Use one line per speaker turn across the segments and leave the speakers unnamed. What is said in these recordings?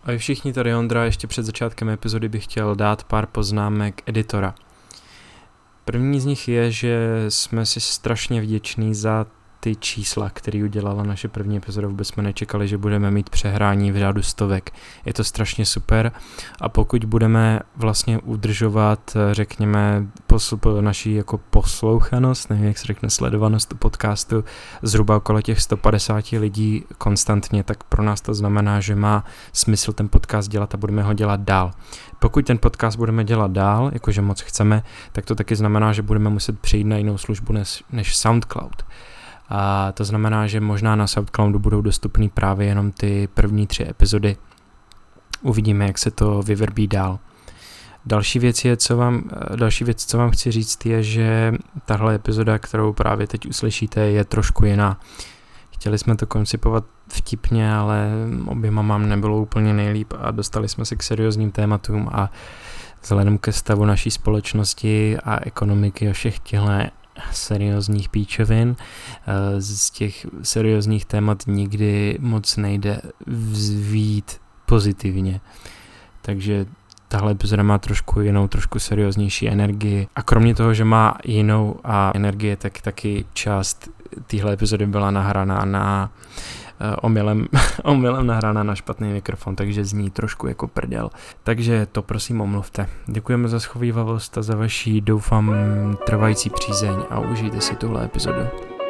Ahoj všichni, tady Ondra, ještě před začátkem epizody bych chtěl dát pár poznámek editora. První z nich je, že jsme si strašně vděční za ty čísla, který udělala naše první epizoda. Vůbec jsme nečekali, že budeme mít přehrání v řádu stovek. Je to strašně super a pokud budeme vlastně udržovat, řekněme, naší jako poslouchanost, nevím, jak se řekne, sledovanost podcastu zhruba okolo těch 150 lidí konstantně, tak pro nás to znamená, že má smysl ten podcast dělat a budeme ho dělat dál. Pokud ten podcast budeme dělat dál, jakože moc chceme, tak to taky znamená, že budeme muset přejít na jinou službu než SoundCloud. A to znamená, že možná na SoundCloudu budou dostupný právě jenom ty první 3 epizody. Uvidíme, jak se to vyvrbí dál. Další věc, co vám chci říct, je, že tahle epizoda, kterou právě teď uslyšíte, je trošku jiná. Chtěli jsme to koncipovat vtipně, ale oběma mám nebylo úplně nejlíp a dostali jsme se k seriózním tématům a vzhledem ke stavu naší společnosti a ekonomiky a všech těchto seriózních píčovin, z těch seriózních témat nikdy moc nejde vzvít pozitivně. Takže tahle epizoda má trošku jinou, trošku serióznější energii. A kromě toho, že má jinou energii, tak taky část téhle epizody byla nahraná na omylem nahrána na špatný mikrofon, takže zní trošku jako prděl. Takže to prosím omluvte. Děkujeme za schovívavost a za vaši, doufám, trvající přízeň a užijte si tuhle epizodu.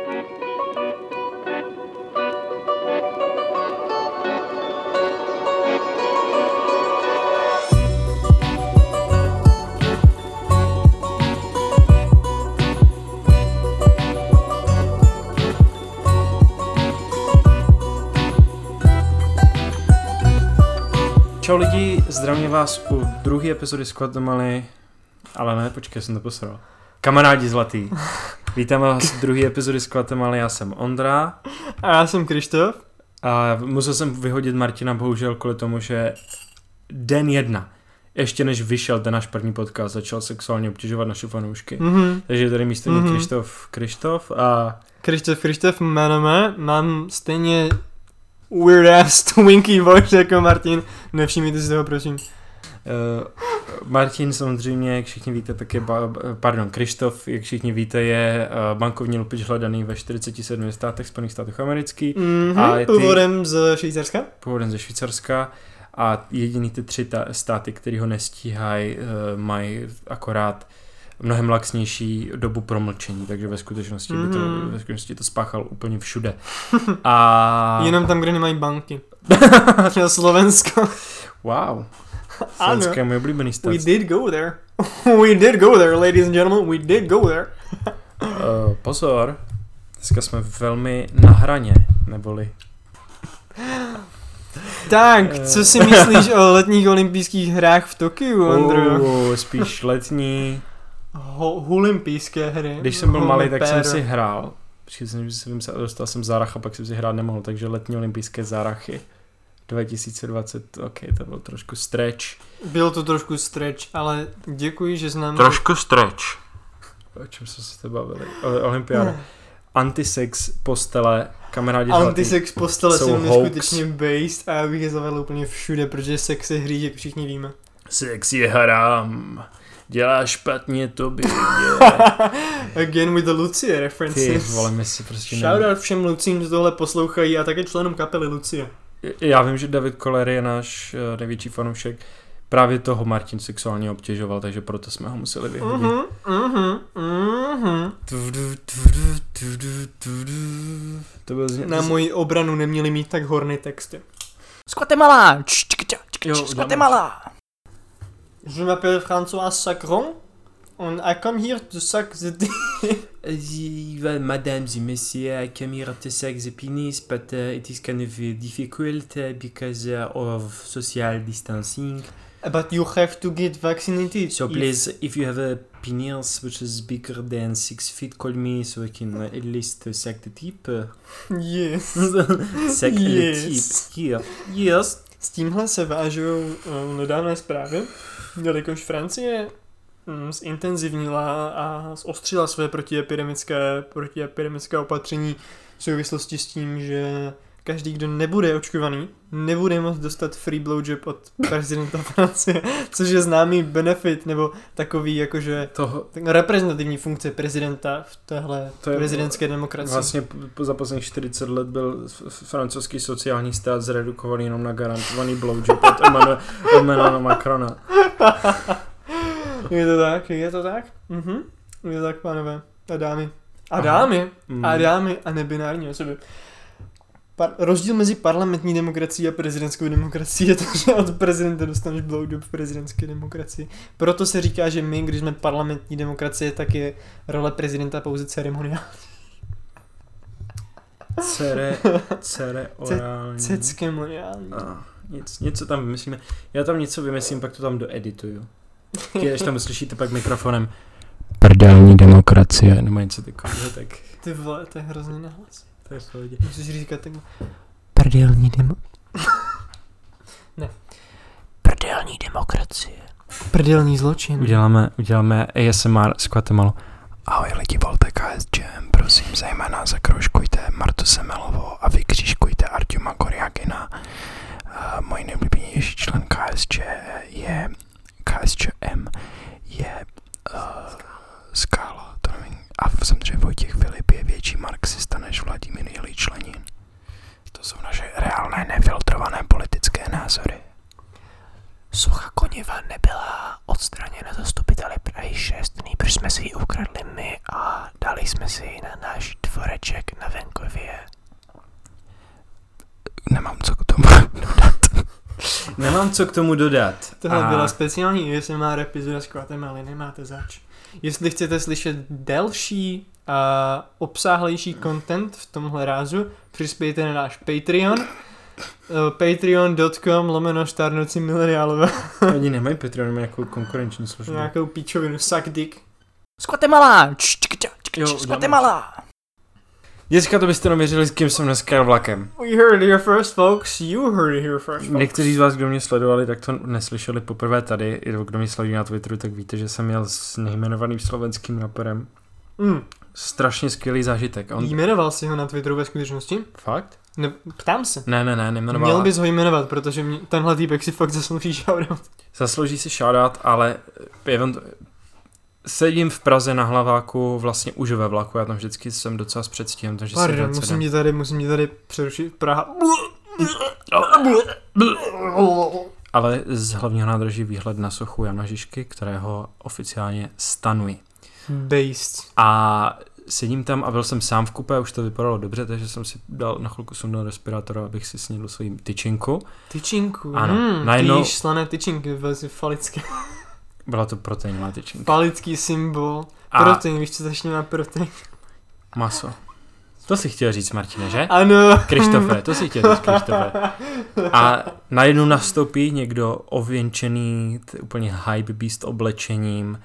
Čau lidi, zdravím vás u druhé epizody Squatomaly, ale ne, počkej, jsem to posral. Kamarádi zlatý, vítám vás u druhé epizody Squatomaly, já jsem Ondra.
A já jsem Krištof.
A musel jsem vyhodit Martina, bohužel kvůli tomu, že den 1, ještě než vyšel ten náš první podcast, začal sexuálně obtěžovat naše fanoušky. Takže tady místo mě Krištof a...
Krištof jmenujeme, mám stejně weird ass twinky voice jako Martin, nevšimněte si toho, prosím.
Martin samozřejmě, jak všichni víte, tak je, Krištof, jak všichni víte, je bankovní lupič hledaný ve 47 státech Spojených států amerických.
Původem z Švýcarska?
Původem ze Švýcarska a jediný ty 3 státy, který ho nestíhají, mají akorát mnohem laxnější dobu promlčení, takže ve skutečnosti by to spáchal úplně všude. A...
Jenom tam, kde nemají banky. Slovensko.
Wow. Slovensko je můj oblíbený stát.
We did go there. We did go there, ladies and gentlemen. We did go there.
Pozor. Dneska jsme velmi na hraně, neboli...
Tak, co si myslíš o letních olympijských hrách v Tokiu, Ondro?
Spíš letní...
Olympijské hry.
Když jsem byl malý, tak jsem si hrál. Dostal jsem zárach a pak jsem si hrát nemohl, takže letní olympijské zárachy 2020, ok, to byl trošku stretch.
Bylo to trošku stretch, ale děkuji, že znám...
Trošku stretch. O čem jsme se bavili? Olympiáda. Antisex postele, kamarádi zlatý.
Antisex postele jsou neskutečně based a já bych je zavedl úplně všude, protože sex je hří, jak všichni víme.
Sex je haram. Dělá špatně tobě.
Again with the Lucie references.
Ty vole, my si prostě...
Shoutout všem Lucím, co tohle poslouchají a také členům kapely Lucie.
Já vím, že David Koller je náš největší fanoušek. Právě toho Martin sexuálně obtěžoval, takže proto jsme ho museli vyhodit. To byl
na moji obranu neměli mít tak horny texty.
Squatemala! Squatemala!
Je m'appelle François Sacron and I come here to suck the
Madame and Monsieur, I come here to suck the penis, but it is kind of difficult because of social distancing.
But you have to get vaccinated.
So please, if you have a penis which is bigger than 6 feet, call me so I can at least suck the tip.
Yes.
Suck the tip. Here. Yes.
S tímhle se vážou nedávné zprávy, jelikož Francie zintenzivnila a zostřila své protiepidemické opatření v souvislosti s tím, že každý, kdo nebude očkovaný, nebude moct dostat free blowjob od prezidenta Francie, což je známý benefit, nebo takový jakože reprezentativní funkce prezidenta v téhle prezidentské demokracii.
Vlastně za posledních 40 let byl francouzský sociální stát zredukovaný jenom na garantovaný blowjob od Emmanuela Macrona.
Je to tak? Je to tak, pánové a dámy. A dámy a nebinární osoby. Rozdíl mezi parlamentní demokracií a prezidentskou demokracií je to, že od prezidenta dostaneš blowjob v prezidentské demokracii. Proto se říká, že my, když jsme parlamentní demokracie, tak je role prezidenta pouze ceremoniální.
Cereorální.
Ceckemoniální.
Něco tam vymyslíme. Já tam něco vymyslím, pak to tam doedituju. Když tam slyšíte pak mikrofonem prdelní demokracie, nebo něco takového, tak...
Ty vole, to je hrozně nahlas.
To je v pohodě.
Musíš říkat takhle.
Prdelní
Ne.
Prdelní demokracie.
Prdelní zločin.
Uděláme ASMR z Guatemala. Ahoj lidi, volte KSČM, prosím, zejména zakroužkujte Martu Semelovou a vykřížkujte Arťuma Koryagina. Můj nejoblíbenější člen KSČM je Skála, to nevím. A samozřejmě Vojtěch Filip je větší marxista než Vladimír Iljič Lenin. To jsou naše reálné, nefiltrované politické názory.
Socha Koněva nebyla odstraněna zastupiteli Prahy 6, nejbrž jsme si ji ukradli my a dali jsme si ji na náš dvoreček na venkově.
Nemám co k tomu dodat.
Tohle byla speciální ASMR epizoda z Guatemaly, nemáte zač. Jestli chcete slyšet delší a obsáhlejší content v tomhle rázu, přispějte na náš Patreon. Patreon.com/stárnoucí mileniálové.
Oni nemají Patreon, nemají nějakou konkurenční službu.
Nějakou píčovinu, suck dick.
Z Guatemala! Z Guatemala!
Dneska to byste nevěřili, s kým jsem dneska vlakem.
We heard it here first, folks. You heard it here first, folks.
Někteří z vás, kdo mě sledovali, tak to neslyšeli poprvé tady. Kdo mě sledují na Twitteru, tak víte, že jsem jel s nejmenovaným slovenským raperem. Strašně skvělý zážitek.
Jmenoval jsi ho na Twitteru ve skutečnosti?
Fakt?
Ne, ptám se.
Ne, nejmenoval.
Měl bys ho jmenovat, protože tenhle týpek si fakt zaslouží shoutout.
Zaslouží si shoutout, ale sedím v Praze na Hlaváku, vlastně už ve vlaku, já tam vždycky jsem docela s předstihem, takže
pardon, musím tě tady přerušit. Praha.
Ale z hlavního nádraží výhled na sochu Jana Žižky, kterého oficiálně stanuji.
Based.
A sedím tam a byl jsem sám v kupé, už to vypadalo dobře, takže jsem si dal na chvilku sundal respirátor, abych si snědl svoji tyčinku.
Tyčinku?
Ano.
Ty jíš slané tyčinky, velice falické.
Byla to proteinová tyčinka.
Falický symbol. Protein, víš, co začne na protein?
Maso. To si chtěl říct, Martine, že?
Ano.
Krištofe, to si chtěl říct, Krištofe. A najednou nastoupí někdo ověnčený, úplně hype beast oblečením.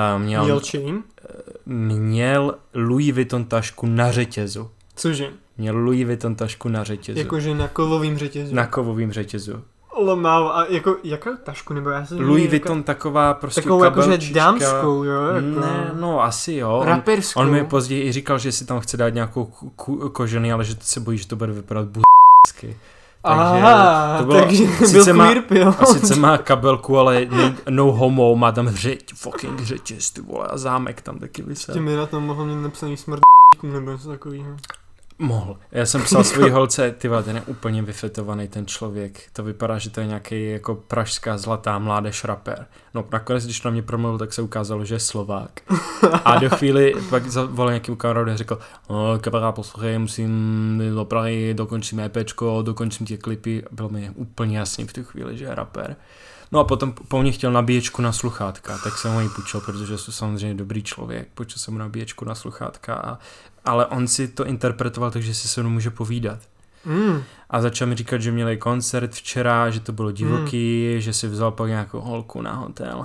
Měl Louis Vuitton tašku na řetězu.
Cože?
Měl Louis Vuitton tašku na řetězu.
Jakože na kovovým řetězu.
Na kovovým řetězu.
Lomau, a jako, jakou tašku, nebo já jsem...
Louis Vuitton taková prostě
takovou jakože dámskou, jo? Jako...
Ne, no asi jo.
Raperskou.
On mi později i říkal, že si tam chce dát nějakou kožený, ale že se bojí, že to bude vypadat b***sky.
Takže to bylo, takže byl queer pill.
A sice má kabelku, ale no homo, má tam fucking řetěz, ty vole, a zámek tam taky vysel.
Ty mi na tom mohl mít napsaný smrt nebo něco takovýho.
Mohl. Já jsem psal svojí holce, tyva, ten je úplně vyfetovaný ten člověk. To vypadá, že to je nějaký jako pražská zlatá mládež rapper. No nakonec, když na mě promluvil, tak se ukázalo, že je Slovák. A do chvíli pak zavolal nějakým kamarádem a řekl, kamarád, poslouchej, musím do Prahy, dokončím EPčko, dokončím tě klipy. Bylo mi úplně jasný v tu chvíli, že je rapper. No a potom po mně chtěl nabíječku na sluchátka, tak jsem ho ji půjčil, protože jsem samozřejmě dobrý člověk. Půjčil jsem mu nabíječku na sluchátka, ale on si to interpretoval, takže si se mnou může povídat. A začal mi říkat, že měli koncert včera, že to bylo divoký, že si vzal pak nějakou holku na hotel.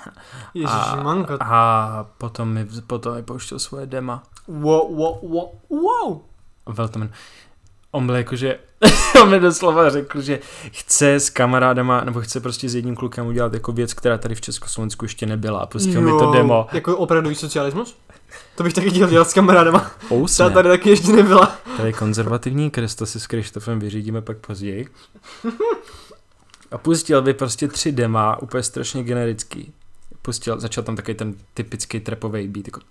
A potom mi pouštěl svoje dema.
Wow.
Veltman. On byl jakože, on mi doslova řekl, že chce s kamarádama, nebo chce prostě s jedním klukem udělat jako věc, která tady v Československu ještě nebyla. A pustil mi to demo.
Jako opravdový socialismus? To bych taky chtěl dělat s kamarádama.
Housne.
Ta tady taky ještě nebyla.
Tady konzervativní kres, to si s Krištofem vyřídíme pak později. A pustil by prostě 3 dema, úplně strašně generický. Začal tam takový ten typický trapový beat, jako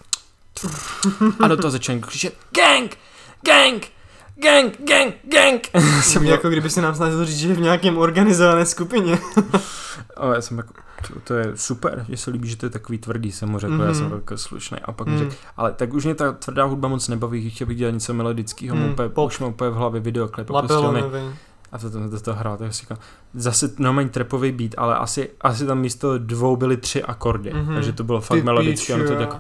a do toho začal křičet gang, gang, gang, gang, gang.
Jako kdyby se nám snažil říct, že je v nějakém organizované skupině.
A já jsem jako, to je super, že se líbí, že to je takový tvrdý, jsem mu řekl, já jsem jako slušnej. A pak mi řekl, ale tak už mě ta tvrdá hudba moc nebaví, chtěl bych dělat něco melodického, už mám úplně v hlavě videoklip. A to hrál, tak si říkám, zase normální trapový beat, ale asi tam místo 2 byly 3 akordy, takže to bylo fakt melodické, ono to jako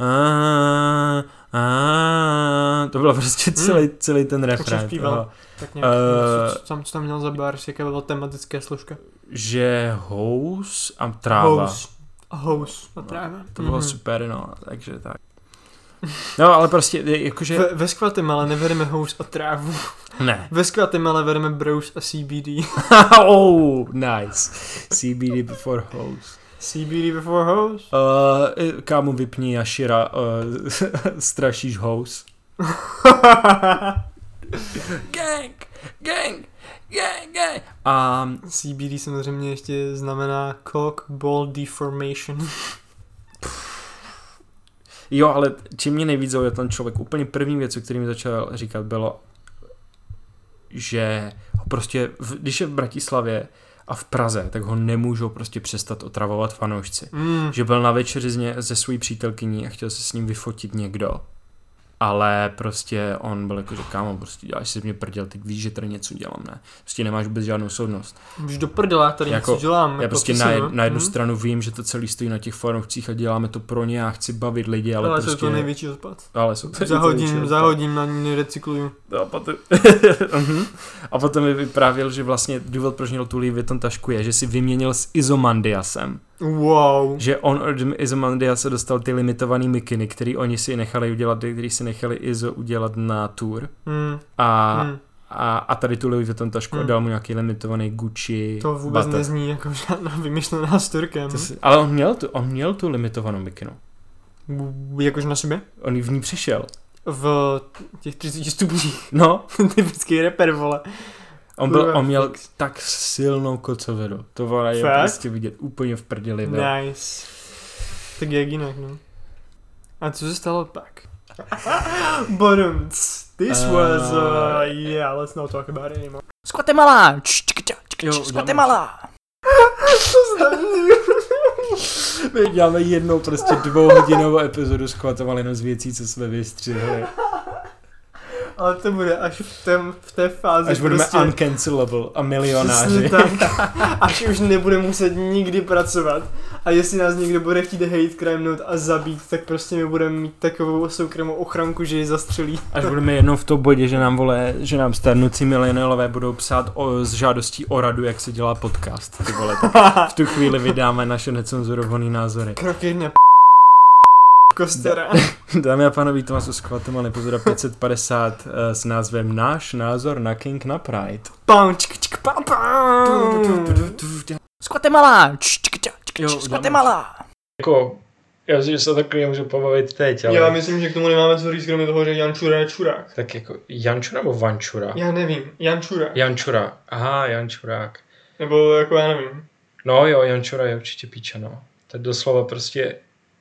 to bylo prostě celý ten refrén.
Tak nějak, co tam měl za bar, jaká byla tematická složka?
Že hous a tráva.
Hous a tráva.
To bylo super, no, takže tak. No, ale prostě, jakože...
Ve Guatemala nevedeme hous a trávu.
Ne.
Ve Guatemala vedeme brous a CBD.
Oh, nice. CBD before hose.
CBD before hose?
Kámo, vypni Yashira, strašíš hose. Gang, gang, gang, gang. A
CBD samozřejmě ještě znamená cock ball deformation.
Jo, ale čím mě nejvíc zaujal ten člověk, úplně první věc, který mi začal říkat, bylo, že ho prostě, když je v Bratislavě a v Praze, tak ho nemůžou prostě přestat otravovat fanoušci. Že byl na večeři se svojí přítelkyní a chtěl se s ním vyfotit někdo. Ale prostě on byl jako, že kámo, prostě děláš si mě prděl, teď víš, že tady něco dělám, ne? Prostě nemáš vůbec žádnou soudnost.
Už do prdela, tady jako, něco dělám.
Já prostě na jednu stranu vím, že to celý stojí na těch fanoušcích a děláme to pro ně, já chci bavit lidi, ale prostě...
jsou to největší odpad.
Ale jsou to
zahodím, na ní recykluju.
A potom mi vyprávěl, že vlastně důvod, proč měl tu Louis Vuitton tašku je, že si vyměnil s Izomandiasem.
Wow.
Že on od Izomandia se dostal ty limitovaný mikiny, který oni si nechali udělat, který si nechali Izo udělat na tour. A tady tu Louis Vuitton tašku dal mu nějaký limitovaný Gucci.
To vůbec butter. Nezní jako žádná vymyšlená storkem.
Ale on měl tu limitovanou mikinu.
Jakož na sobě?
On v ní přišel.
V těch 30 stupních.
No.
Typický rapper, vole.
On měl tak silnou kocovedu. To je prostě vidět úplně v prdeli.
Nice. Tak jak jinak, no. A co se stalo pak? This was, yeah, let's not talk about it anymore.
Z Guatemala! Z Guatemala!
My děláme jednou prostě 2hodinovou epizodu s Guatemala jenom z věcí, co jsme vystřihli.
Ale to bude až v té fázi.
Až budeme prostě uncancelable a milionáři.
Až už nebude muset nikdy pracovat. A jestli nás někdo bude chtít hate crime note a zabít, tak prostě my budeme mít takovou soukromou ochranku, že ji zastřelí.
Až budeme jednou v tom bodě, že nám starnoucí milionérové budou psát s žádostí o radu, jak se dělá podcast. Ty vole, tak v tu chvíli vydáme naše necenzurované názory.
Krok 1 Kostera.
Dámy a pánové, to vás Guatemala epizoda 550 s názvem Náš názor na King na Pride.
Z Guatemala! Z Guatemala!
Jako, já si, že se takový můžu pobavit teď, ale...
Já myslím, že k tomu nemáme co říct, kromě toho, že Jančura je čurák.
Tak jako Jančura nebo Vančura?
Já nevím, Jančura.
Aha, Jančurák.
Nebo jako já nevím.
No jo, Jančura je určitě píča, no. To je doslova prostě...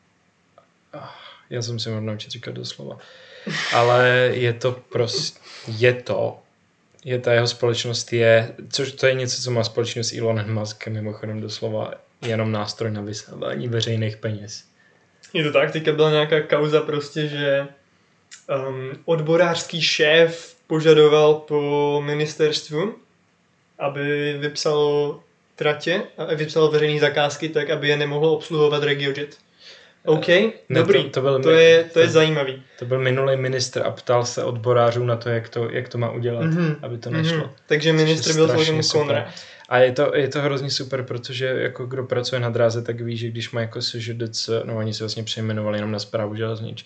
Já jsem si mohl naučit říkat doslova. Ale je to prostě... Ta jeho společnost je... Což to je něco, co má společnost s Elonem Muskem, mimochodem doslova jenom nástroj na vysávání veřejných peněz.
Je to tak, teďka byla nějaká kauza prostě, že odborářský šéf požadoval po ministerstvu, aby vypsalo tratě a vypsalo veřejné zakázky tak, aby je nemohlo obsluhovat RegioJet. OK, dobrý, to je zajímavý.
To byl minulý ministr a ptal se odborářů na to, jak to má udělat, aby to nešlo.
Takže ministr byl celkem konrad.
A je to hrozně super, protože jako kdo pracuje na dráze, tak ví, že když má jako SŽDC, no oni se vlastně přejmenovali jenom na správu železnic.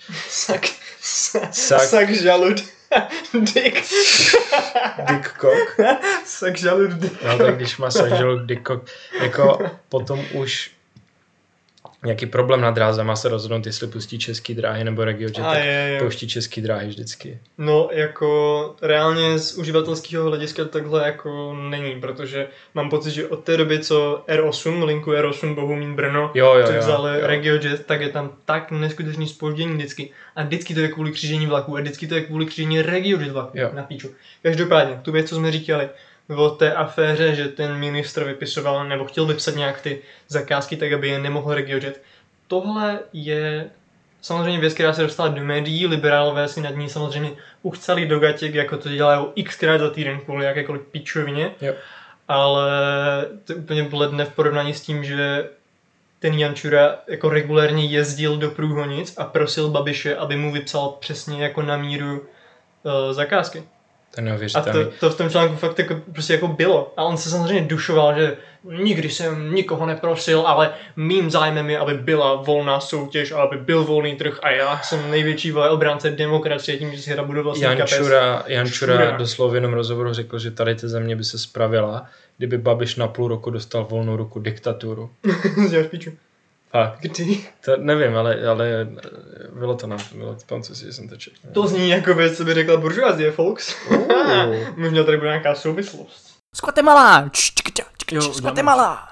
Sak žalud. Dick
cock.
Sak žalud dick.
No tak když má sak žalud dick cock, jako potom už nějaký problém na dráze, má se rozhodnout, jestli pustí Český dráhy nebo RegioJet, tak pouští Český dráhy vždycky.
No, jako reálně z uživatelského hlediska takhle jako není, protože mám pocit, že od té doby, co R8, linku R8 Bohumín Brno, vzali RegioJet, tak je tam tak neskutečný zpoždění vždycky. A vždycky to je kvůli křížení vlaků a vždycky to je kvůli křížení RegioJet vlaků, na píču. Každopádně, tu věc, co jsme říkali, o té aféře, že ten ministr vypisoval nebo chtěl vypsat nějak ty zakázky tak, aby je nemohl RegioJet. Tohle je samozřejmě věc, která se dostala do médií, liberálové si nad ní samozřejmě uchcali do gatěk, jako to dělají xkrát za týden kvůli jakékoliv pičovině, ale to je úplně bledne v porovnání s tím, že ten Jančura jako regulérně jezdil do Průhonic a prosil Babiše, aby mu vypsal přesně jako na míru zakázky. A to v tom článku fakt jako, prostě jako bylo. A on se samozřejmě dušoval, že nikdy jsem nikoho neprosil, ale mým zájmem je, aby byla volná soutěž a aby byl volný trh a já jsem největší obránce demokracie tím, že si hra budu vlastně
Jančura doslova v jenom rozhovoru řekl, že tady ta země by se spravila, kdyby Babiš na půl roku dostal volnou ruku diktaturu.
Děláš piču.
Fakt. Kdy? To nevím, ale bylo to pamatuji si, že jsem to čekal.
To zní jako věc, co by řekla buržoazie, folks. Možná tady bude nějaká souvislost.
Z Guatemala! Z Guatemala!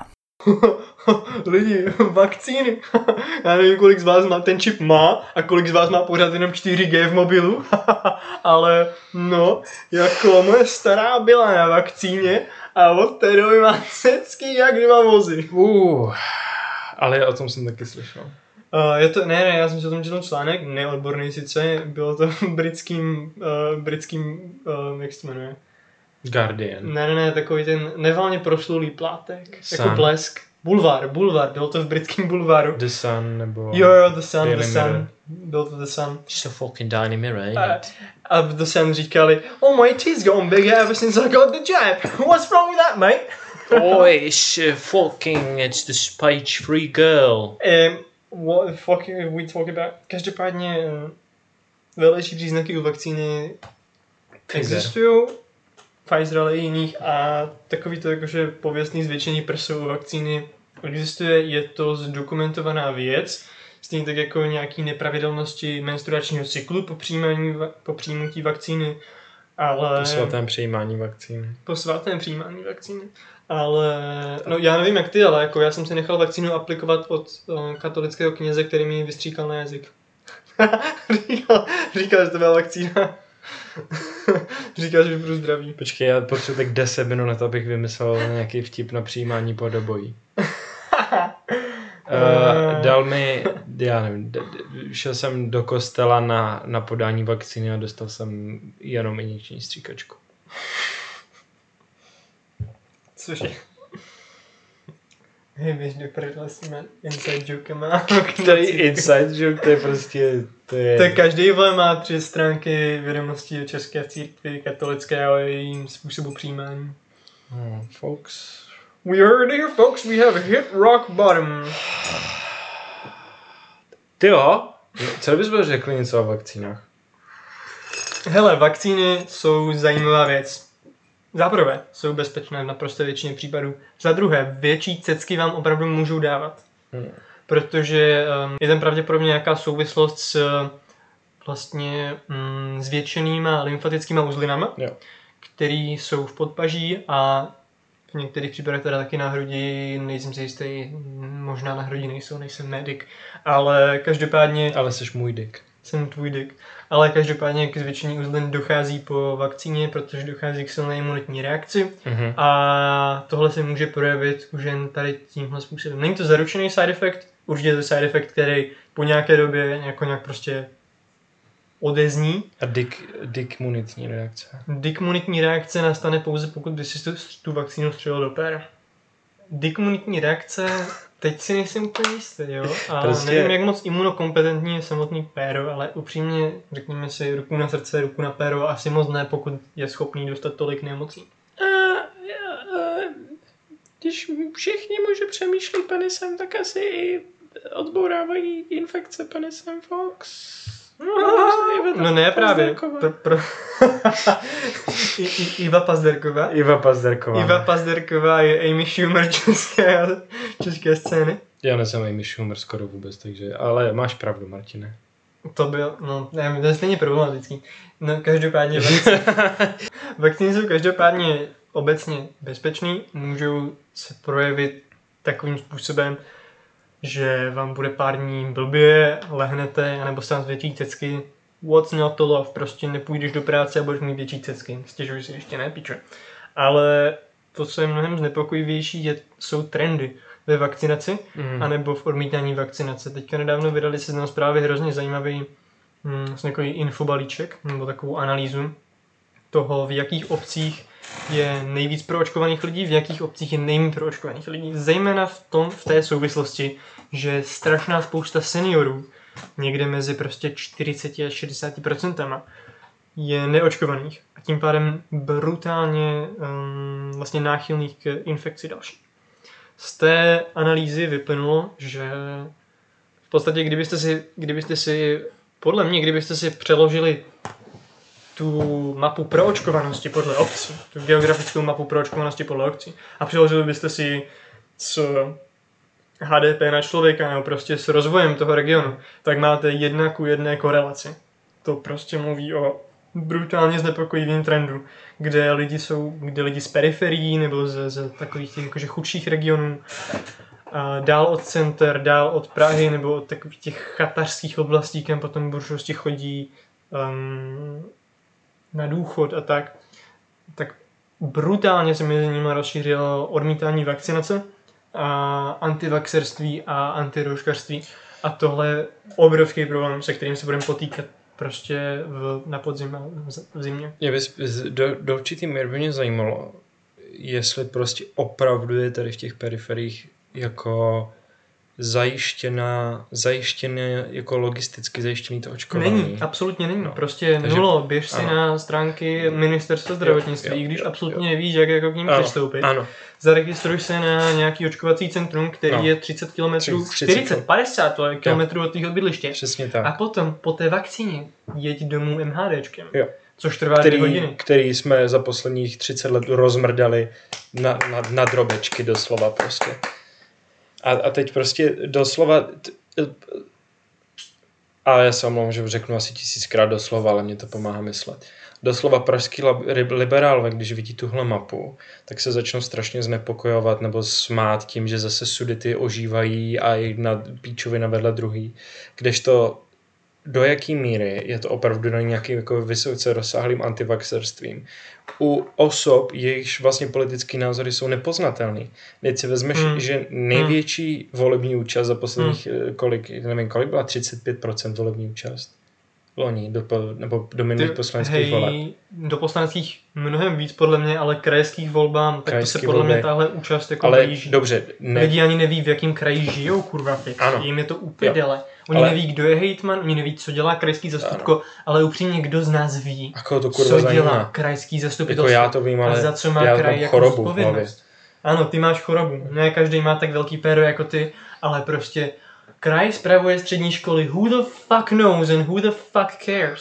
Lidi, vakcíny. Já nevím, kolik z vás má ten čip má a kolik z vás má pořád jenom 4G v mobilu. Ale no, jako moje stará byla na vakcíně a od té doby má vždycky jak 2 vozy.
Ale o tom jsem taky slyšel.
Já jsem si o tom četl článek, neodborný sice, bylo to britským, jak se to jmenuje?
Guardian.
Ne, takový ten nevalně proslulý plátek, Sun. Jako Blesk. Bulvár, bylo to v britském bulváru.
The Sun nebo...
Jo, The Sun, bylo to The Sun.
Just a fucking Daily Mirror, ain't it?
A v The Sun říkali, oh my teeth's gotten bigger ever since I got the jab. What's wrong with that, mate?
It's the spike-free girl.
What the fuck are we talking about? Každopádně vedlejší příznaky u vakcíny existují, Pfizer, ale i jiných a takový to jakože pověstný zvětšení prsou u vakcíny existuje, je to zdokumentovaná věc, stejně tak jako nějaký nepravidelnosti menstruačního cyklu po přijímutí vakcíny, ale...
Po svatém přijímání vakcíny.
Ale, no já nevím jak ty, ale jako já jsem si nechal vakcínu aplikovat od katolického kněze, který mi vystříkal na jazyk. říkal, že to byla vakcína. Říkal, že budu zdravý.
Počkej, já potřebuji tak 10 minut na to, abych vymyslel nějaký vtip na přijímání podobojí. Dal mi, já nevím, šel jsem do kostela na podání vakcíny a dostal jsem jenom injekční stříkačku.
Cože? Hej, běž do prdele s těma inside jokema.
Který inside joke, to je prostě...
Tak každý má 3 stránky vědomostí o české církvi katolické a o jejím způsobu přijímání.
Folks.
We heard here, folks, we have hit rock bottom.
Tyjo, co bys byl řekl něco o vakcínách?
Hele, vakcíny jsou zajímavá věc. Za prvé, jsou bezpečné v naprosto většině případů. Za druhé, větší cecky vám opravdu můžou dávat. Protože je tam pravděpodobně nějaká souvislost s vlastně zvětšenýma lymfatickýma uzlinama, které jsou v podpaží a v některých případech teda taky na hrudi, nejsem si jistý, možná na hrudi nejsem medic, ale každopádně...
Ale jsi můj dick.
Jsem tvůj dick. Ale každopádně k zvětšení uzlin dochází po vakcíně, protože dochází k silné imunitní reakci a tohle se může projevit už jen tady tímhle způsobem. Není to zaručený side effect, určitě je to side effect, který po nějaké době jako nějak prostě odezní.
A dickmunitní reakce?
Dickmunitní reakce nastane pouze, pokud by si tu vakcínu střelil do péra. Dickmunitní reakce, teď si nejsem úplně jistý, jo? A prostě... nevím, jak moc imunokompetentní je samotný péro, ale upřímně, řekněme si, ruku na srdce, ruku na péro, asi moc ne, pokud je schopný dostat tolik nemocí.
Když všichni muži přemýšlí penisem, tak asi i odbourávají infekce penisem, Fox.
No ne, právě. Iva Pazderková. Iva Pazderková je Amy Schumer české scény.
Já nejsem Amy Schumer skoro vůbec, takže, ale máš pravdu, Martine.
To byl, no, nevím, to je stejně problematický. No, každopádně vakcíny jsou každopádně obecně bezpečný, můžou se projevit takovým způsobem, že vám bude pár dní blbě, lehnete, anebo se vám zvětší cecky. What's not to love? Prostě nepůjdeš do práce a budeš mít větší cecky. Stěžuji si ještě, ne, piče. Ale to, co je mnohem znepokojivější, jsou trendy ve vakcinaci, anebo v odmítání vakcinace. Teďka nedávno vydali Seznam Zprávy hrozně zajímavý takový infobalíček, nebo takovou analýzu toho, v jakých obcích je nejvíc proočkovaných lidí, v jakých obcích je nejméně proočkovaných lidí. Zejména v té souvislosti, že strašná spousta seniorů, někde mezi prostě 40 a 60% je neočkovaných a tím pádem brutálně vlastně náchylných k infekci další. Z té analýzy vyplynulo, že v podstatě kdybyste si podle mě, kdybyste si přeložili tu mapu proočkovanosti podle obcí, tu geografickou mapu proočkovanosti podle obcí a přeložili byste si s HDP na člověka nebo prostě s rozvojem toho regionu, tak máte 1:1 korelaci. To prostě mluví o brutálně znepokojivým trendu, kde lidi z periferií nebo z takových těch jakože chudších regionů, a dál od center, dál od Prahy nebo od takových těch chatařských oblastí, kam potom buržosti chodí na důchod a tak brutálně se mezi nimi rozšířilo odmítání vakcinace a antivaxerství a antirouškařství. A tohle je obrovský problém, se kterým se budeme potýkat prostě na podzim a v zimě.
Do určitý míry by mě zajímalo, jestli prostě opravdu je tady v těch periferiích jako zajištěné jako logisticky zajištěný to očkování.
Není, absolutně není. No. Prostě nulo, běž si na stránky Ministerstva zdravotnictví, když absolutně nevíš, jak jako k ním přistoupit.
Ano.
Zaregistruj se na nějaký očkovací centrum, který je 30 km, 40, 50 km od tvého bydliště.
Přesně tak.
A potom po té vakcíně jeď domů MHDčkem. Jo. Což trvá 2 hodiny.
Který jsme za posledních 30 let rozmrdali na drobečky doslova prostě. A teď prostě doslova, a já se omlouvám, že řeknu asi 1000krát doslova, ale mě to pomáhá myslet. Doslova pražský liberálové, když vidí tuhle mapu, tak se začnou strašně znepokojovat nebo smát tím, že zase sudety ožívají a jedna píčovina vedle druhý. Kdežto do jaký míry je to opravdu na nějakým jako vysoce rozsáhlým antivaxerstvím. U osob, jejichž vlastně politický názory jsou nepoznatelný. Teď si vezmeš, že největší volební účast za posledních, kolik byla 35% volební účast. Loni, nebo do minulých poslaneckých voleb.
Do poslaneckých mnohem víc podle mě, ale krajských volbám, tak to se podle mě tahle účast jako blíží.
Dobře.
Lidi ani neví, v jakým kraji žijou, kurva fix. Jim je to uprdele. Oni neví, kdo je hejtman, oni neví, co dělá krajský zastupko, ale upřímně, kdo z nás ví, co dělá krajský zastupitelstvo.
Jako já to vím, ale
a za co má kraj jako zodpovědnost. Ano, ty máš chorobu. Ne každý má tak velký péro jako ty, ale prostě kraj spravuje střední školy. Who the fuck knows and who the fuck cares?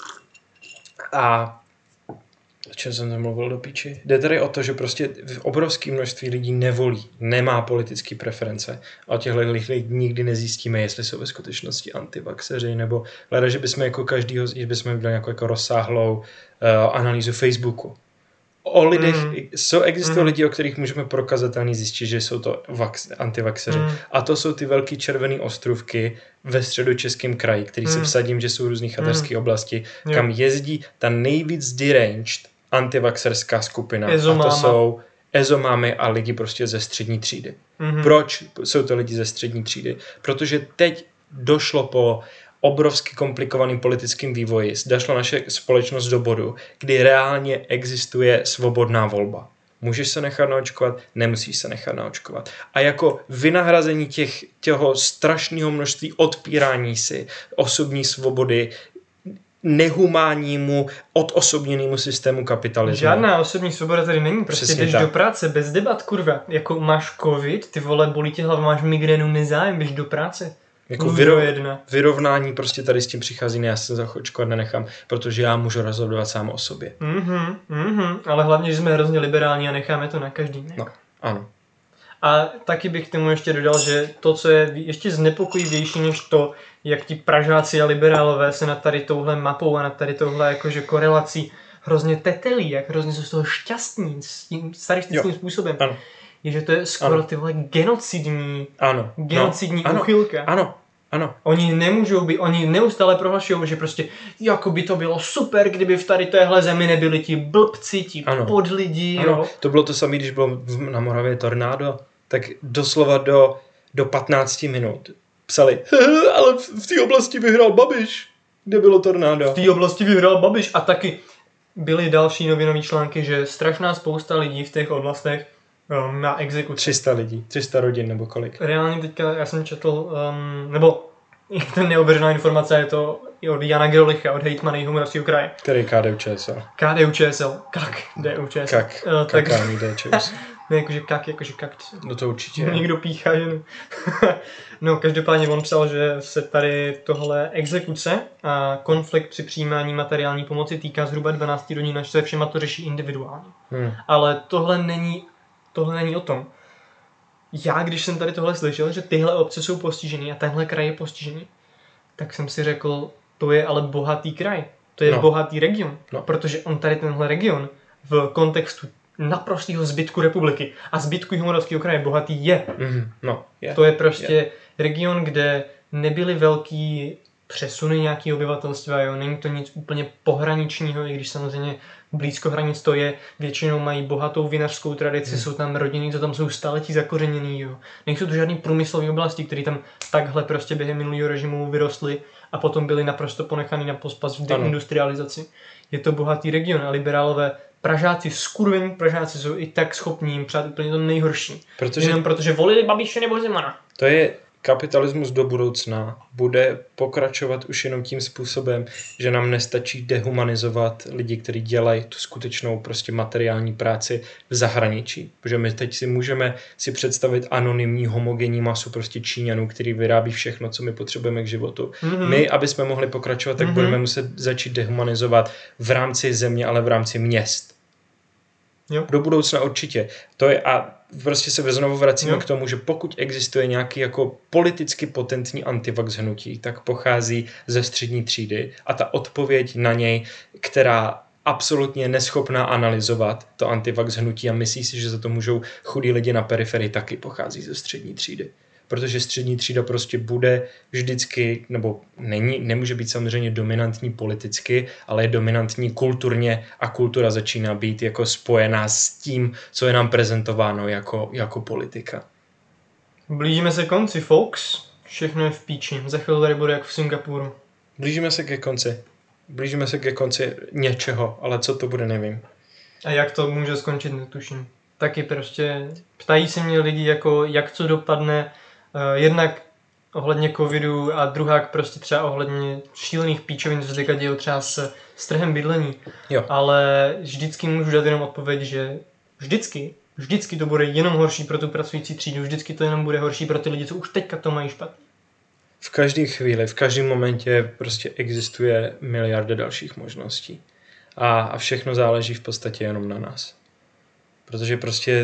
A o čem jsem tam mluvil do píči? Jde tady o to, že prostě obrovské množství lidí nevolí, nemá politické preference. A od těchto lidí nikdy nezjistíme, jestli jsou ve skutečnosti antivaxeři, nebo hledá, že bychom jako každýho, že bychom udělali jako rozsáhlou analýzu Facebooku. O lidech, existují lidi, o kterých můžeme prokazatelně zjistit, že jsou to antivaxeři. A to jsou ty velký červený ostrůvky ve středočeském kraji, který si vsadím, že jsou různý chatarské oblasti, kam jezdí ta nejvíc deranged antivaxerská skupina. A to jsou ezomámy a lidi prostě ze střední třídy. Proč jsou to lidi ze střední třídy? Protože teď došlo po obrovsky komplikovaným politickým vývoji, došla naše společnost do bodu, kdy reálně existuje svobodná volba. Můžeš se nechat naočkovat, nemusíš se nechat naočkovat. A jako vynahrazení těho strašného množství odpírání si osobní svobody nehumánnímu, odosobněnému systému kapitalismu.
Žádná osobní svoboda tady není, prostě přesně jdeš do práce bez debat, kurva. Jako máš covid, ty vole, bolí tě hlava, máš migrénu, nezájem, běž do práce.
Jako vyrovnání prostě tady s tím přichází, ne, já se zaočkovat nenechám, protože já můžu rozhodovat sám o sobě.
Ale hlavně, že jsme hrozně liberální a necháme to na každý. Ne?
No, ano.
A taky bych k tomu ještě dodal, že to, co je ještě znepokojivější než to, jak ti Pražáci a liberálové se nad tady touhle mapou a nad tady touhle jakože korelací hrozně tetelí, jak hrozně jsou z toho šťastní s tím staristickým způsobem.
Ano.
Je, že to je skoro tyhle genocidní úchylka.
Ano.
Oni nemůžou být, oni neustále prohlašují, že prostě jako by to bylo super, kdyby v tady téhle zemi nebyli ti blbci, ti podlidi.
Ano. To bylo to samé, když bylo na Moravě tornádo, tak doslova do 15 minut psali, ale v té oblasti vyhrál Babiš, kde bylo tornádo.
V té oblasti vyhrál Babiš a taky byly další novinové články, že strašná spousta lidí v těch oblastech na exekuci.
300 lidí, 300 rodin nebo kolik.
Reálně teďka já jsem četl, nebo ten neověřená informace je to od Jana Gerlicha, od hejtmana Jihomoravského kraje.
Který KDU-ČSL.
KDU-ČSL, kak, DU-ČSL.
Kakání DČSL.
Ne, jakože kak.
No to určitě.
Někdo píchá, že no. No, každopádně on psal, že se tady tohle exekuce a konflikt při přijímání materiální pomoci týká zhruba 12 rodin, až se všema to řeší individuálně. Ale tohle není o tom. Já, když jsem tady tohle slyšel, že tyhle obce jsou postižený a tenhle kraj je postižený, tak jsem si řekl, to je ale bohatý kraj. To je bohatý region. Protože on tady tenhle region v kontextu naprostého zbytku republiky a zbytku Jihomoravského kraje bohatý je. To je prostě region, kde nebyly velký přesuny nějakého obyvatelstva, jo? Není to nic úplně pohraničního, i když samozřejmě blízko hranic to je, většinou mají bohatou vinařskou tradici, jsou tam rodiny, co tam jsou staletí zakořeněný, jo. Nejsou to žádný průmyslový oblasti, které tam takhle prostě během minulého režimu vyrostly a potom byly naprosto ponechaný na pospas v deindustrializaci. Je to bohatý region a liberálové Pražáci, skurvení Pražáci jsou i tak schopní jim přát úplně to nejhorší. Protože volili Babiše nebo Zemana.
To je kapitalismus do budoucna. Bude pokračovat už jenom tím způsobem, že nám nestačí dehumanizovat lidi, kteří dělají tu skutečnou prostě materiální práci v zahraničí. Protože my teď si můžeme představit anonymní homogenní masu prostě Číňanů, který vyrábí všechno, co my potřebujeme k životu. My, aby jsme mohli pokračovat, tak budeme muset začít dehumanizovat v rámci země, ale v rámci měst.
Jo.
Do budoucna určitě. To je a prostě se znovu vracíme k tomu, že pokud existuje nějaký jako politicky potentní antivax hnutí, tak pochází ze střední třídy a ta odpověď na něj, která absolutně je neschopná analyzovat to antivax hnutí a myslí si, že za to můžou chudí lidi na periferii, taky pochází ze střední třídy. Protože střední třída prostě bude vždycky, nebo nemůže být samozřejmě dominantní politicky, ale je dominantní kulturně a kultura začíná být jako spojená s tím, co je nám prezentováno jako politika.
Blížíme se konci, folks. Všechno je v píči. Za chvíli tady bude jak v Singapuru.
Blížíme se ke konci něčeho, ale co to bude, nevím.
A jak to může skončit, netuším. Taky prostě ptají se mě lidi, jako jak co dopadne, jednak ohledně covidu a druhák prostě třeba ohledně šílených píčovin, co se teďka dějou třeba s trhem bydlení.
Jo.
Ale vždycky můžu dát jenom odpověď, že vždycky to bude jenom horší pro tu pracující třídu, vždycky to jenom bude horší pro ty lidi, co už teďka to mají špatně.
V každé chvíli, v každém momentě prostě existuje miliarda dalších možností. A všechno záleží v podstatě jenom na nás. Protože prostě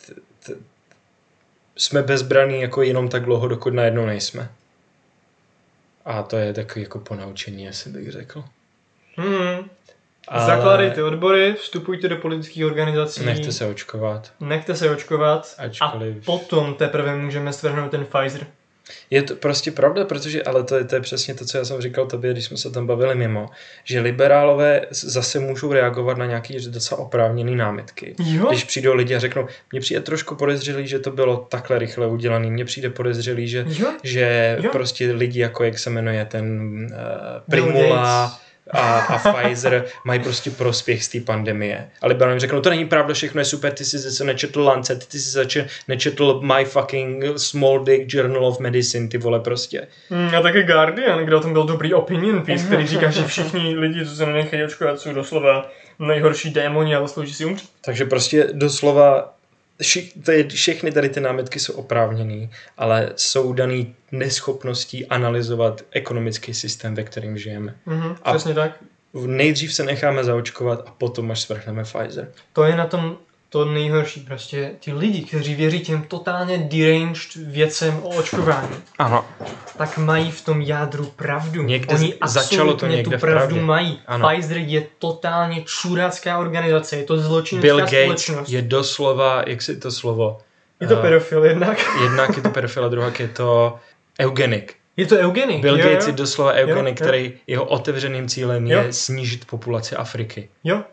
jsme bezbraní jako jenom tak dlouho, dokud najednou nejsme. A to je takový jako ponaučení, jestli bych řekl.
Zakládejte odbory, vstupujte do politických organizací.
Nechte se očkovat.
Ačkoliv. A potom teprve můžeme svrhnout ten Pfizer.
Je to prostě pravda, protože, ale to je přesně to, co já jsem říkal tobě, když jsme se tam bavili mimo, že liberálové zase můžou reagovat na nějaké docela oprávněné námitky.
Jo.
Když přijdou lidi a řeknou, mně přijde trošku podezřelý, že to bylo takhle rychle udělané, mně přijde podezřelý, že prostě lidi, jako jak se jmenuje ten Primula a Pfizer mají prostě prospěch z té pandemie. A liberálům řeknou, to není pravda, všechno je super, ty jsi zase nečetl Lancet, ty jsi nečetl My fucking Small Dick Journal of Medicine, ty vole prostě.
A taky Guardian, kde o tom byl dobrý opinion piece, který říká, že všichni lidi, co se nenechají očkovat, jsou doslova nejhorší démoni a zaslouží si umřít.
Takže prostě doslova všechny tady ty námitky jsou oprávněný, ale jsou daný neschopností analyzovat ekonomický systém, ve kterým žijeme.
Přesně tak.
Nejdřív se necháme zaočkovat a potom až svrhneme Pfizer.
To je na tom to nejhorší, prostě ti lidi, kteří věří těm totálně deranged věcem o očkování,
ano,
tak mají v tom jádru pravdu.
Někde
Oni
začalo to někde
tu
v
pravdu
pravdě.
mají.
Ano.
Pfizer je totálně čurácká organizace, je to zločinecká
Bill Gates
společnost.
je doslova, jak si to slovo?
Je to pedofil jednak.
Jednak je to pedofil a druhak je to eugenik.
Je to eugenik.
Bill Gates je doslova eugenik,
jo.
který jeho otevřeným cílem je snížit populaci Afriky.
Jo.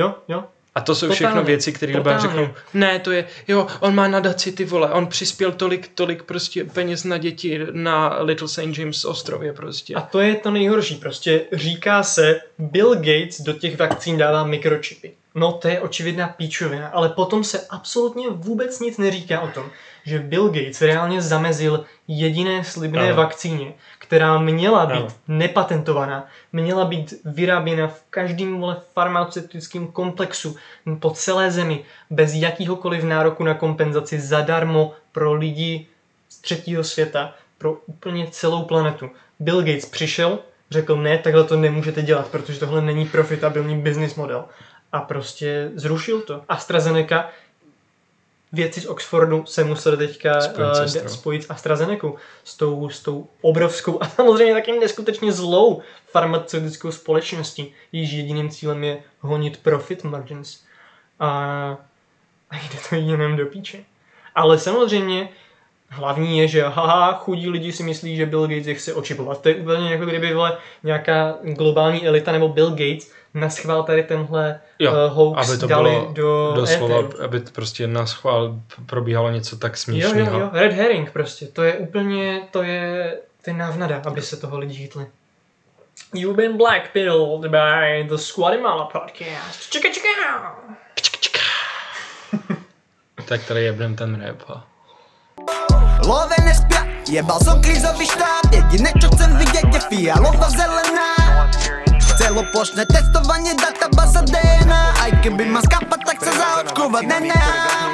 A to jsou všechno věci, které lidé řeknou, ne, to je, on má nadaci, ty vole, on přispěl tolik prostě peněz na děti na Little St. James ostrově prostě.
A to je to nejhorší, prostě říká se, Bill Gates do těch vakcín dává mikročipy. No to je očividná píčovina, ale potom se absolutně vůbec nic neříká o tom, že Bill Gates reálně zamezil jediné slibné vakcíně, která měla být nepatentovaná, měla být vyráběna v každém farmaceutickém komplexu po celé zemi, bez jakýhokoliv nároku na kompenzaci, zadarmo pro lidi z třetího světa, pro úplně celou planetu. Bill Gates přišel, řekl, ne, takhle to nemůžete dělat, protože tohle není profitabilní business model. A prostě zrušil to. AstraZeneca, vědci z Oxfordu se museli teďka spojit s AstraZenecou, s tou obrovskou a samozřejmě taky neskutečně zlou farmaceutickou společností, jejíž jediným cílem je honit profit margins. A jde to jenom do píče. Ale samozřejmě hlavní je, že chudí lidi si myslí, že Bill Gates je chce očipovat. To je úplně jako kdyby nějaká globální elita nebo Bill Gates naschvál tady tenhle hoax
aby to
dali
bylo
do
doslova,
éteru.
aby to prostě naschvál probíhalo něco tak směšného.
Jo, red herring prostě, to je úplně, to je návnada, aby se toho lidi chytli. You've been blackpilled by the Squadimala podcast. Čeka.
Tak tady jebnem ten rap.
Love nespia, jebal som krízový štát, jediné čo chcem vidieť je fialová zelená. Celoplošné testovanie databáza DNA, aj keby ma skapa, tak sa zaočkovať nenechám.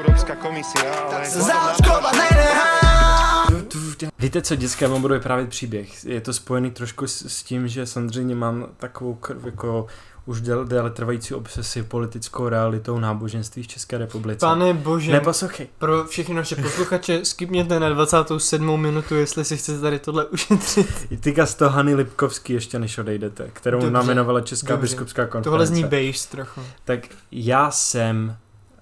Sa zaočkovať nenechám.
Víte co, dětské vám budu vyprávět příběh. Je to spojený trošku s tím, že samozřejmě mám takovou jako už déle trvající obsesi politickou realitou náboženství v České republice.
Pane bože,
Neposlouchej.
Pro všechny naše posluchače skipněte na 27. minutu, jestli si chcete tady tohle ušetřit.
Týká z toho Hany Lipkovský ještě než odejdete, kterou nominovala Česká biskupská konference.
Tohle zní bejš trochu.
Tak já jsem,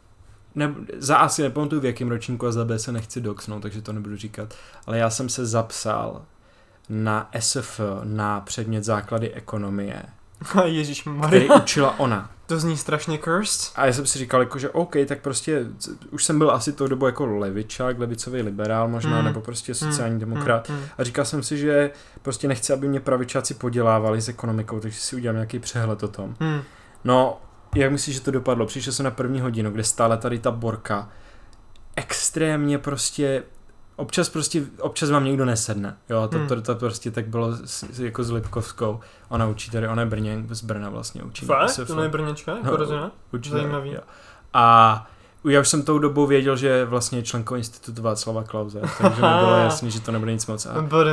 za asi nepamatuju v jakém ročníku a za B se nechci doksnout, takže to nebudu říkat, ale já jsem se zapsal na SF, na předmět základy ekonomie, který učila ona.
To zní strašně cursed.
A já jsem si říkal, jako, že OK, tak prostě už jsem byl asi tou dobou jako levičák, levicový liberál možná, nebo prostě sociální demokrat. A říkal jsem si, že prostě nechci, aby mě pravičáci podělávali s ekonomikou, takže si udělám nějaký přehled o tom. No, jak myslíš, že to dopadlo? Přišel jsem na první hodinu, kde stále tady ta borka extrémně prostě občas vám někdo nesedne, jo, to prostě tak bylo jako s Lipkovskou, ona učí tady, ona je Brněnk, z Brna vlastně učí.
Fakt? To je Brněčka? Zajímavý.
Jo. A já už jsem tou dobou věděl, že vlastně je členkou institutu Václava Klause, takže mi bylo jasný, že to nebude nic moc.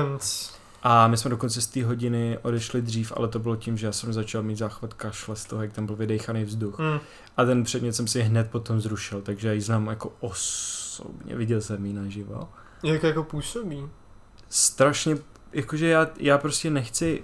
A my jsme dokonce z té hodiny odešli dřív, ale to bylo tím, že já jsem začal mít záchvat kašle z toho, jak tam byl vydejchaný vzduch. A ten předmět jsem si hned potom zrušil, takže já ji znám jako osobně, viděl jsem ji naživo.
Jak jako působí?
Strašně, jakože já prostě nechci,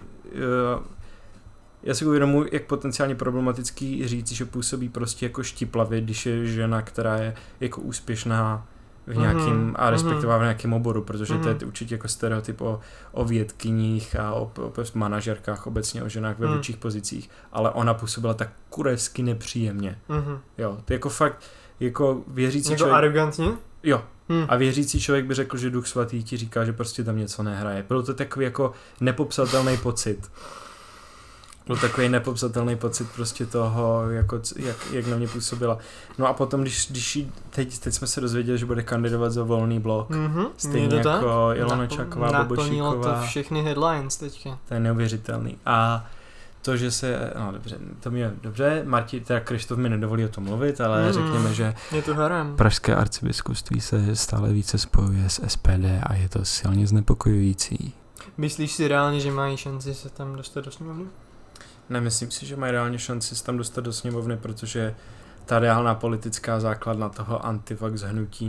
já si uvědomuji, jak potenciálně problematický říct, že působí prostě jako štiplavě, když je žena, která je jako úspěšná v nějakým, a respektive v nějakém oboru, protože to je určitě jako stereotyp o vědkyních a o manažerkách, obecně o ženách ve větších pozicích, ale ona působila tak kurevsky nepříjemně. Jo, to je jako fakt, jako věřící
jako
člověk...
arrogantně?
Jo. A věřící člověk by řekl, že Duch Svatý ti říká, že prostě tam něco nehraje. Bylo to takový jako nepopsatelný pocit. Byl takový nepopsatelný pocit prostě toho, jako, jak na mě působila. No a potom, když teď jsme se dozvěděli, že bude kandidovat za Volný blok. Stejně jako Ilona Čáková, Bobošíková.
Naplnilo to všechny headlines teďka.
To je neuvěřitelný. A to, že se, no dobře, to mi je dobře, Martin, teda Krištof mi nedovolí o tom mluvit, ale řekněme, že
je to harem.
pražské arcibiskupství se stále více spojuje s SPD a je to silně znepokojující.
Myslíš si reálně, že mají šanci se tam dostat do sněmovny?
Nemyslím si, že mají reálně šanci se tam dostat do sněmovny, protože ta reálná politická základna toho antivax hnutí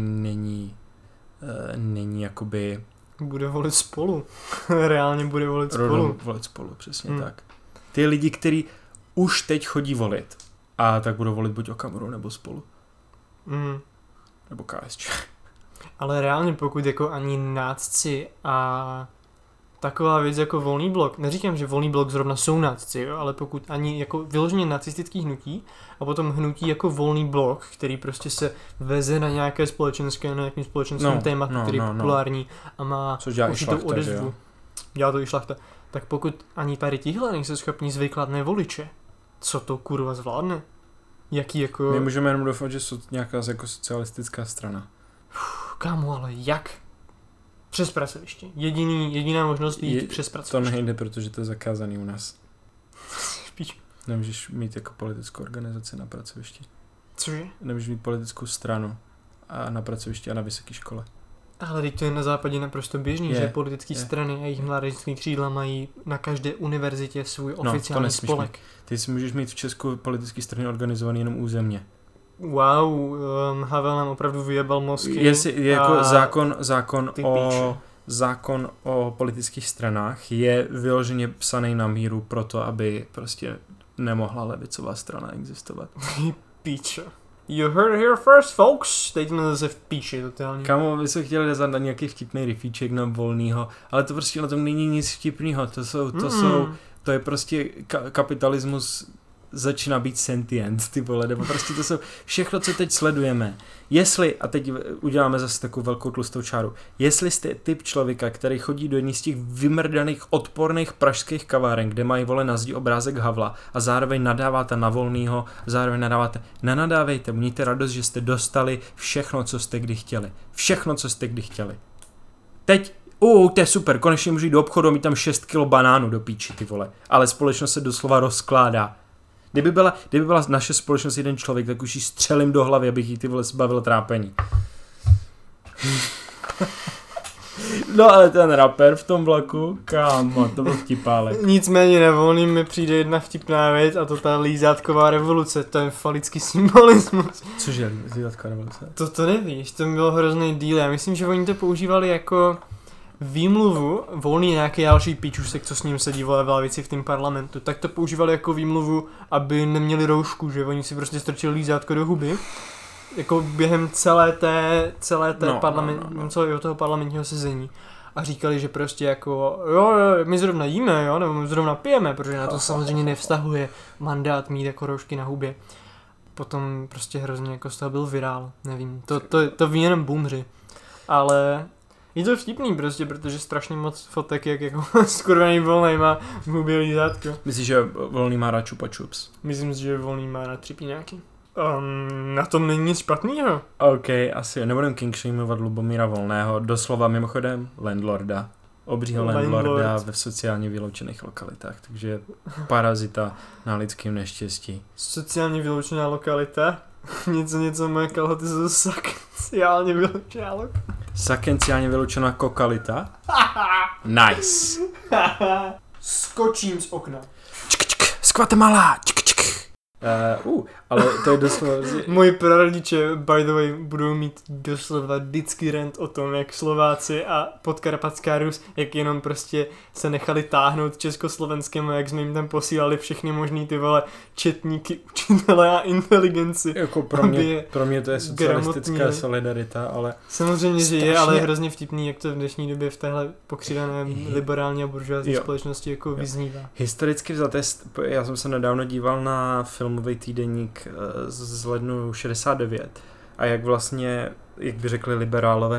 není jakoby...
Bude volit Spolu. Reálně bude volit Spolu.
Volit Spolu, přesně tak. Ty lidi, kteří už teď chodí volit, a tak budou volit buď Okamuru, nebo Spolu. Nebo KSČ.
Ale reálně pokud jako ani nácci a taková věc jako Volný blok, neříkám, že Volný blok zrovna jsou nácci, jo, ale pokud ani jako vyloženě nacistický hnutí a potom hnutí jako Volný blok, který prostě se veze na nějaké společenské, na nějakým společenském tématu, který je populární a má určitou odezvu. Dělá to i Šlachta. Tak pokud ani tady tihle nejsou schopní zvykladné voliče, co to kurva zvládne? Jaký jako...
My můžeme jenom doufat, že jsou nějaká jako socialistická strana.
Kámo, ale jak? Přes pracoviště. Jediná možnost jít přes pracoviště.
To nejde, protože to je zakázaný u nás.
Píč.
Nemůžeš mít jako politickou organizaci na pracovišti.
Cože?
Nemůžeš mít politickou stranu a na pracovišti a na vysoké škole.
Ale teď to je na západě naprosto běžný, že politické strany a jejich mládežnické křídla mají na každé univerzitě svůj oficiální spolek.
Mít. Ty si můžeš mít v Česku politické strany organizovaný jenom územně.
Wow, Havel nám opravdu vyjebal mozky.
Je jako zákon o politických stranách je vyloženě psaný na míru proto, aby prostě nemohla levicová strana existovat.
Píčo. You heard it here first, folks. Teď jsme zase v píči totálně.
Kámo, my jsme chtěli dát nějaký vtipný rifíček na Volnýho, ale to prostě na tom není nic vtipného. To je prostě kapitalismus začíná být sentient, ty vole, nebo prostě to jsou všechno, co teď sledujeme. Jestli, a teď uděláme zase takovou velkou tlustou čáru, jestli jste typ člověka, který chodí do jedných z těch vymrdaných, odporných pražských kaváren, kde mají, vole, na zdi obrázek Havla a zároveň nadáváte na Volnýho, zároveň nadáváte, nenadávejte, mějte radost, že jste dostali všechno, co jste kdy chtěli. Všechno, co jste kdy chtěli. Teď, to je super, konečně můžu jít do obchodu a mít tam 6 kilo banánů do píči, ty vole. Ale společnost se doslova rozkládá. Kdyby byla naše společnost jeden člověk, tak už jí střelím do hlavy, abych jí, ty vole, zbavil trápení. No ale ten rapper v tom vlaku, kámo, to byl vtipálek.
Nicméně na Volným mi přijde jedna vtipná věc a to ta lízátková revoluce, to je falický symbolismus.
Cože lízátková revoluce?
To nevíš, to byl hrozný díl, já myslím, že oni to používali jako výmluvu, Volný nějaký další píčusek, co s ním sedí, vole, v lavici v tom parlamentu, tak to používali jako výmluvu, aby neměli roušku, že oni si prostě strčili lízátko do huby, jako během celého toho parlamentního sezení. A říkali, že prostě jako, jo, my zrovna jíme, jo, nebo my zrovna pijeme, protože na to samozřejmě nevztahuje mandát mít jako roušky na hubě. Potom prostě hrozně jako z toho byl virál, nevím, to ví jenom boomři, ale... Je to vtipný prostě, protože strašně moc fotek, jak jako skurvený Volný má v hubě lízátko.
Myslíš, že Volný má rád Chupa Chups?
Myslím si, že Volný má rád třpíňáky. Na tom není nic špatného.
OK, asi nebudem kingshamovat Lubomíra Volného, doslova mimochodem landlorda. Obřího landlorda ve sociálně vyloučených lokalitách, takže parazita na lidském neštěstí.
Sociálně vyloučená lokalita? Něco moje kalhoty jsou sakenciálně vyloučená lokalita.
Sakenciálně vyloučená kokalita? Nice.
Skočím z okna.
Skvatemala. Ale to je doslova...
Moji prarodiče, by the way, budou mít doslova vždycky rant o tom, jak Slováci a Podkarpatská Rus, jak jenom prostě se nechali táhnout československému, jak jsme jim tam posílali všechny možný ty vole četníky, učitele a inteligenci.
Jako pro mě to je socialistická solidarita, ale...
Samozřejmě, že je, ale je hrozně vtipný, jak to v dnešní době v téhle pokřivené liberální a buržoazní společnosti jako vyznívá.
Historicky vzaté, já jsem se nedávno díval na filmový týdeník z lednu 69 a jak vlastně, jak by řekli liberálové,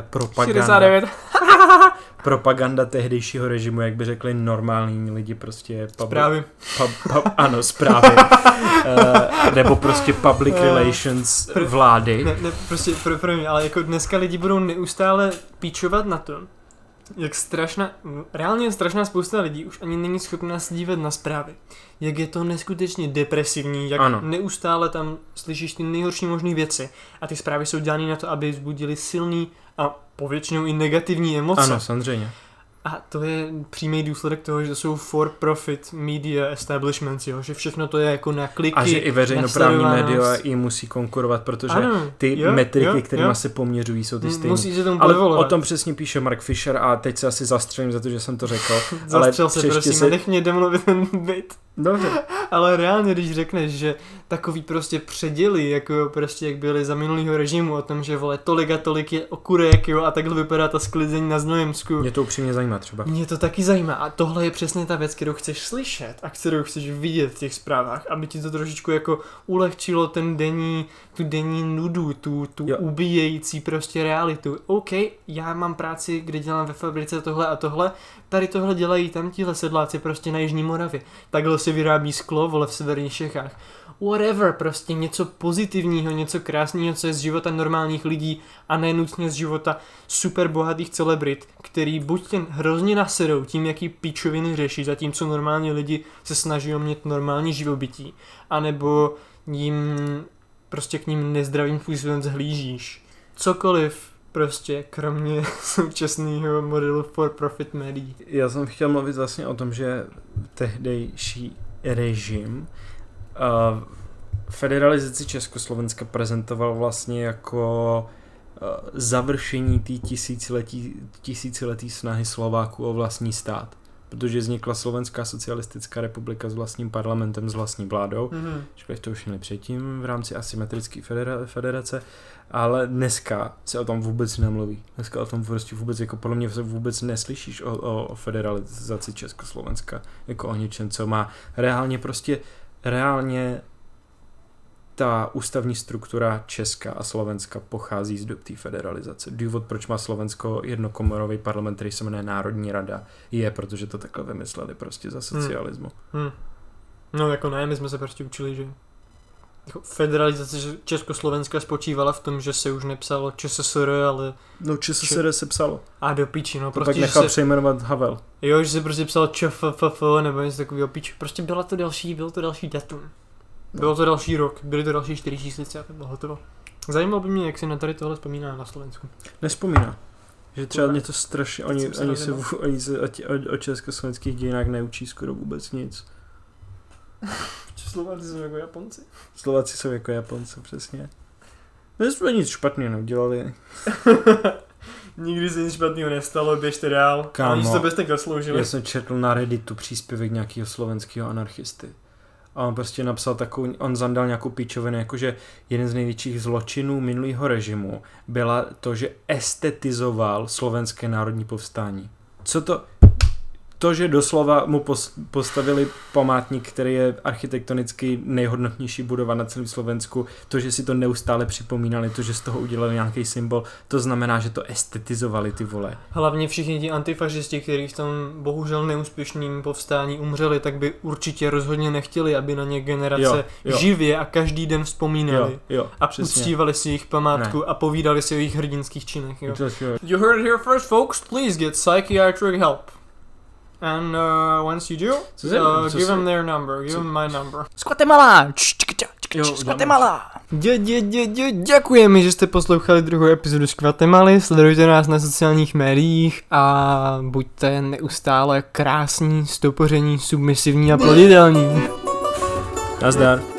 propaganda tehdejšího režimu, jak by řekli normální lidi, prostě
zprávy.
Ano, zprávy. Nebo prostě public relations vlády.
Ne, prostě pro mě, ale jako dneska lidi budou neustále píčovat na tom, jak reálně strašná spousta lidí už ani není schopná se dívat na zprávy. Jak je to neskutečně depresivní, jak neustále tam slyšíš ty nejhorší možné věci a ty zprávy jsou dělané na to, aby vzbudili silný a povětšinou i negativní emoce.
Ano, samozřejmě.
A to je přímý důsledek toho, že to jsou for-profit media establishments, jo? Že všechno to je jako na kliky.
A že i veřejnoprávní média i musí konkurovat, protože ty metriky, kterými se poměřují, jsou ty stejné.
Musí se tomu
ale
podvolovat.
o tom přesně píše Mark Fisher a teď se asi zastřelím za to, že jsem to řekl.
Zastřel se, prosím, nech mě demluvit ten byt.
Dobře.
Ale reálně, když řekneš, že takový prostě předěly, jako prostě jak byly za minulýho režimu o tom, že vole tolik a tolik je okurek, jo, a takhle vypadá ta sklizení na Znojemsku.
Mě to upřímně zajímá třeba.
Mě to taky zajímá a tohle je přesně ta věc, kterou chceš slyšet a kterou chceš vidět v těch zprávách, aby ti to trošičku jako ulehčilo tu denní nudu, tu ubíjející prostě realitu. OK, já mám práci, kde dělám ve fabrice tohle a tohle, tady tohle dělají tam tihle sedláci prostě na Jižní Moravě. Takhle se vyrábí sklo, vole, v severních Čechách. Whatever, prostě něco pozitivního, něco krásného, co je z života normálních lidí a ne nutně z života super bohatých celebrit, který buď tě hrozně naserou tím, jaký píčoviny řeší, zatímco normální lidi se snaží mít normální živobytí, anebo jim prostě k ním nezdravým způsobem zhlížíš. Cokoliv prostě, kromě současného modelu for profit médií.
Já jsem chtěl mluvit vlastně o tom, že tehdejší režim federalizaci Československa prezentoval vlastně jako završení té tisíciletí snahy Slováků o vlastní stát. Protože vznikla Slovenská socialistická republika s vlastním parlamentem, s vlastní vládou. Ačkoliv to už měli předtím v rámci asymetrické federace, ale dneska se o tom vůbec nemluví. Dneska o tom prostě vůbec, jako podle mě vůbec neslyšíš o federalizaci Československa, jako o něčem, co má reálně ta ústavní struktura Česka a Slovenska pochází z dob té federalizace. Důvod, proč má Slovensko jednokomorový parlament, který se jmenuje Národní rada, je, protože to takhle vymysleli prostě za socialismu.
No jako ne, my jsme se prostě učili, že jako federalizace Československa spočívala v tom, že se už nepsalo ČSSR, ale...
No ČSSR se psalo.
A do píči, no.
To prostě, pak nechal přejmenovat Havel.
Jo, že se prostě psalo ČFFF nebo něco takového píči. Prostě bylo to další datum. Bylo to další rok, byly to další 4 číslice a to bylo hotovo. Zajímalo by mě, jak si na tady tohle vzpomíná na Slovensku.
Nespomíná. Že třeba mě to strašně, oni se o československých dějinách neučí skoro vůbec nic.
Slováci jsou jako Japonci.
Slováci jsou jako Japonci, přesně. No jsme nic špatného neudělali.
Nikdy se nic špatného nestalo, běžte dál.
Kámo,
oni si to bez tak zasloužili.
Já jsem četl na Redditu příspěvek nějakého slovenského anarchisty. A on prostě napsal takovou, on zandal nějakou píčovinu, jakože jeden z největších zločinů minulého režimu byla to, že estetizoval slovenské národní povstání. Co to? To, že doslova mu postavili památník, který je architektonicky nejhodnotnější budova na celém Slovensku, to, že si to neustále připomínali, to, že z toho udělali nějaký symbol, to znamená, že to estetizovali, ty vole.
Hlavně všichni ti antifašisti, kteří v tom bohužel neúspěšným povstání umřeli, tak by určitě rozhodně nechtěli, aby na ně generace živě a každý den vzpomínali. A uctívali si jejich památku a povídali si o jejich hrdinských činech. Jo. You heard it here first, folks, please get psychiatric help. And once you do, give them their number, give them my number.
Z Guatemala! Z Guatemala!
Děkujeme, že jste poslouchali druhou epizodu z Guatemaly, sledujte nás na sociálních médiích a buďte neustále krásní, stopoření, submisivní a ploditelní.
Nazdar.